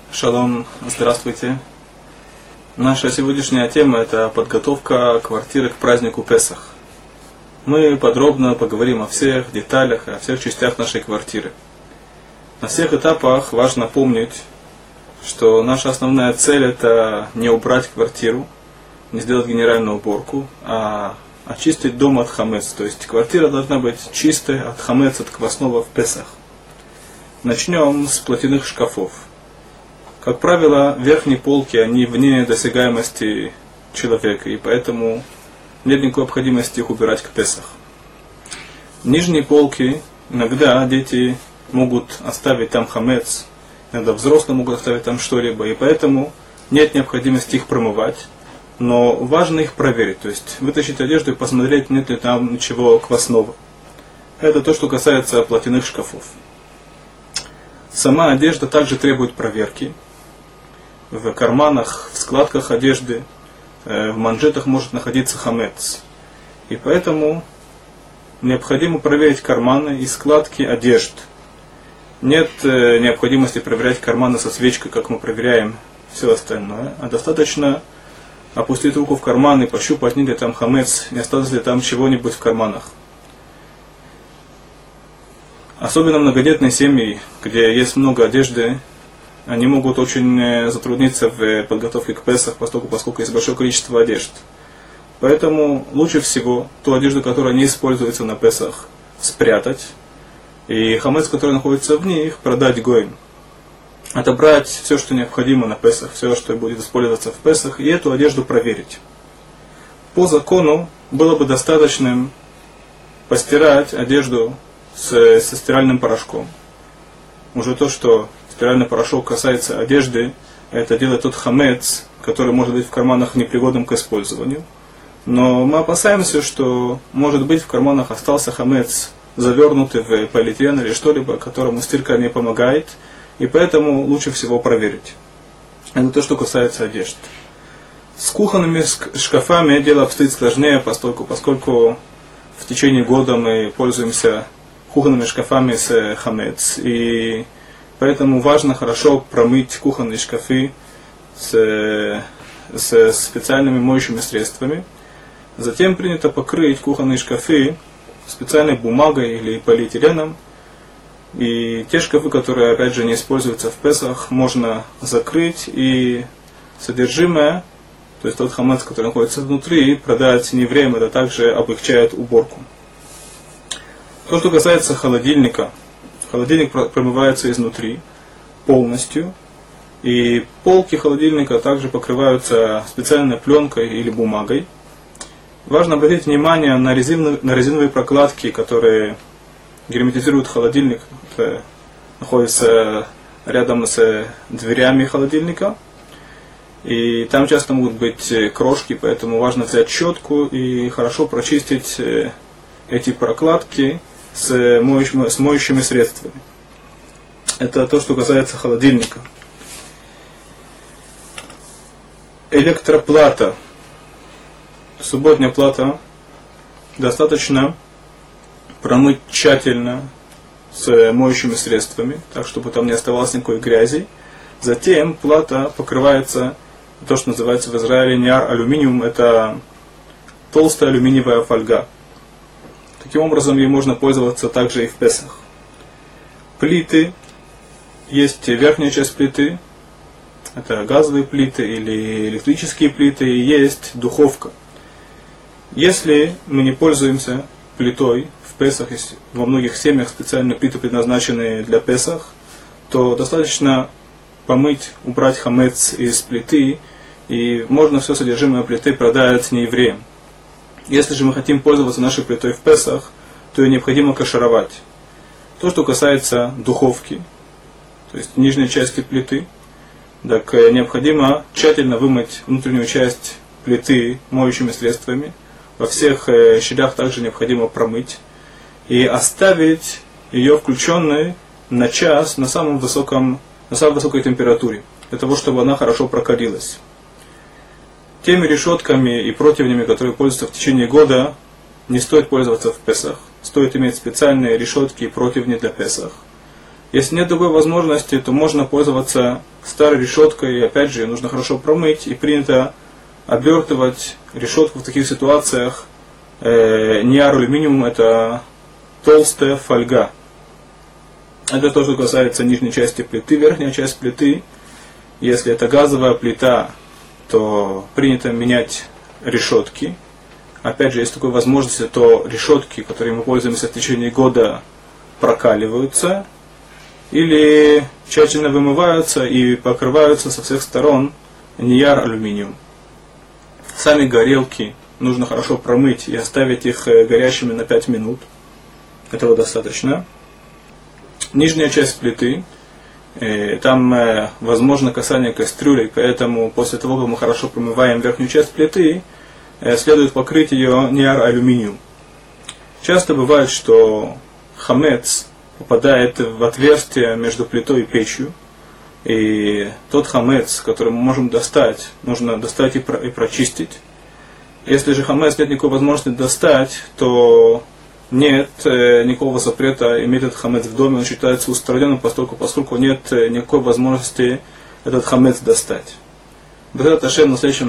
Шалом, здравствуйте. Наша сегодняшняя тема – это подготовка квартиры к празднику Песах. Мы подробно поговорим о всех деталях и о всех частях нашей квартиры. На всех этапах важно помнить, что наша основная цель – это не убрать квартиру, не сделать генеральную уборку, а очистить дом от хамец. То есть квартира должна быть чистой от хамец, от квасного в Песах. Начнем с платяных шкафов. Как правило, верхние полки, они вне досягаемости человека, и поэтому нет никакой необходимости их убирать к Песах. Нижние полки, иногда дети могут оставить там хамец, иногда взрослые могут оставить там что-либо, и поэтому нет необходимости их промывать, но важно их проверить, то есть вытащить одежду и посмотреть, нет ли там ничего квасного. Это то, что касается платяных шкафов. Сама одежда также требует проверки. В карманах, в складках одежды, в манжетах может находиться хамец. И поэтому необходимо проверить карманы и складки одежд. Нет необходимости проверять карманы со свечкой, как мы проверяем все остальное, а достаточно опустить руку в карман и пощупать, нет ли там хамец, не осталось ли там чего-нибудь в карманах. Особенно многодетные семьи, где есть много одежды, они могут очень затрудниться в подготовке к Песах, поскольку есть большое количество одежд. Поэтому лучше всего ту одежду, которая не используется на Песах, спрятать, и хамец, который находится в них, продать гоим. Отобрать все, что необходимо на Песах, все, что будет использоваться в Песах, и эту одежду проверить. По закону было бы достаточным постирать одежду со стиральным порошком. Уже то, что стиральный порошок касается одежды, это делает тот хамец, который может быть в карманах непригодным к использованию. Но мы опасаемся, что, может быть, в карманах остался хамец, завернутый в полиэтилен или что-либо, которому стирка не помогает, и поэтому лучше всего проверить. Это то, что касается одежды. С кухонными шкафами дело обстоит сложнее, поскольку в течение года мы пользуемся кухонными шкафами с хамец, и поэтому важно хорошо промыть кухонные шкафы с специальными моющими средствами. Затем принято покрыть кухонные шкафы специальной бумагой или полиэтиленом. И те шкафы, которые опять же не используются в Песах, можно закрыть и содержимое, то есть тот хамец, который находится внутри, продать неевреям, это также облегчает уборку. То, что касается холодильника, холодильник промывается изнутри полностью, и полки холодильника также покрываются специальной пленкой или бумагой. Важно обратить внимание на резиновые прокладки, которые герметизируют холодильник, находятся рядом с дверями холодильника, и там часто могут быть крошки, поэтому важно взять щетку и хорошо прочистить эти прокладки с моющими средствами. Это то, что касается холодильника. Электроплата. Субботняя плата достаточно промыть тщательно с моющими средствами, так чтобы там не оставалось никакой грязи. Затем плата покрывается, то, что называется в Израиле ниар алюминиум, это толстая алюминиевая фольга. Таким образом, ей можно пользоваться также и в Песах. Плиты. Есть верхняя часть плиты. Это газовые плиты или электрические плиты. И есть духовка. Если мы не пользуемся плитой в Песах, есть во многих семьях специальные плиты, предназначенные для Песах, то достаточно помыть, убрать хамец из плиты, и можно все содержимое плиты продать неевреям. Если же мы хотим пользоваться нашей плитой в Песах, то ее необходимо кашировать. То, что касается духовки, то есть нижней части плиты, так необходимо тщательно вымыть внутреннюю часть плиты моющими средствами. Во всех щелях также необходимо промыть и оставить ее включенной на час на самой высокой температуре, для того, чтобы она хорошо прокалилась. Теми решетками и противнями, которые пользуются в течение года, не стоит пользоваться в Песах. Стоит иметь специальные решетки и противни для Песах. Если нет другой возможности, то можно пользоваться старой решеткой, и опять же, ее нужно хорошо промыть, и принято обертывать решетку в таких ситуациях. Ниар алюминиум — это толстая фольга. Это то, что касается нижней части плиты. Верхняя часть плиты, если это газовая плита, то принято менять решетки. Опять же, есть такой возможности, то решетки, которыми мы пользуемся в течение года, прокаливаются или тщательно вымываются и покрываются со всех сторон ниар алюминиум. Сами горелки нужно хорошо промыть и оставить их горящими на 5 минут. Этого достаточно. Нижняя часть плиты, там возможно касание кастрюлей, поэтому после того, как мы хорошо промываем верхнюю часть плиты, следует покрыть ее ниар алюминиум. Часто бывает, что хамец попадает в отверстие между плитой и печью, и тот хамец, который мы можем достать, нужно достать и прочистить. Если же хамец нет никакой возможности достать, то нет никакого запрета иметь этот хамец в доме, он считается устраненным, поскольку нет никакой возможности этот хамец достать. Б'эзрат Ашем, на следующем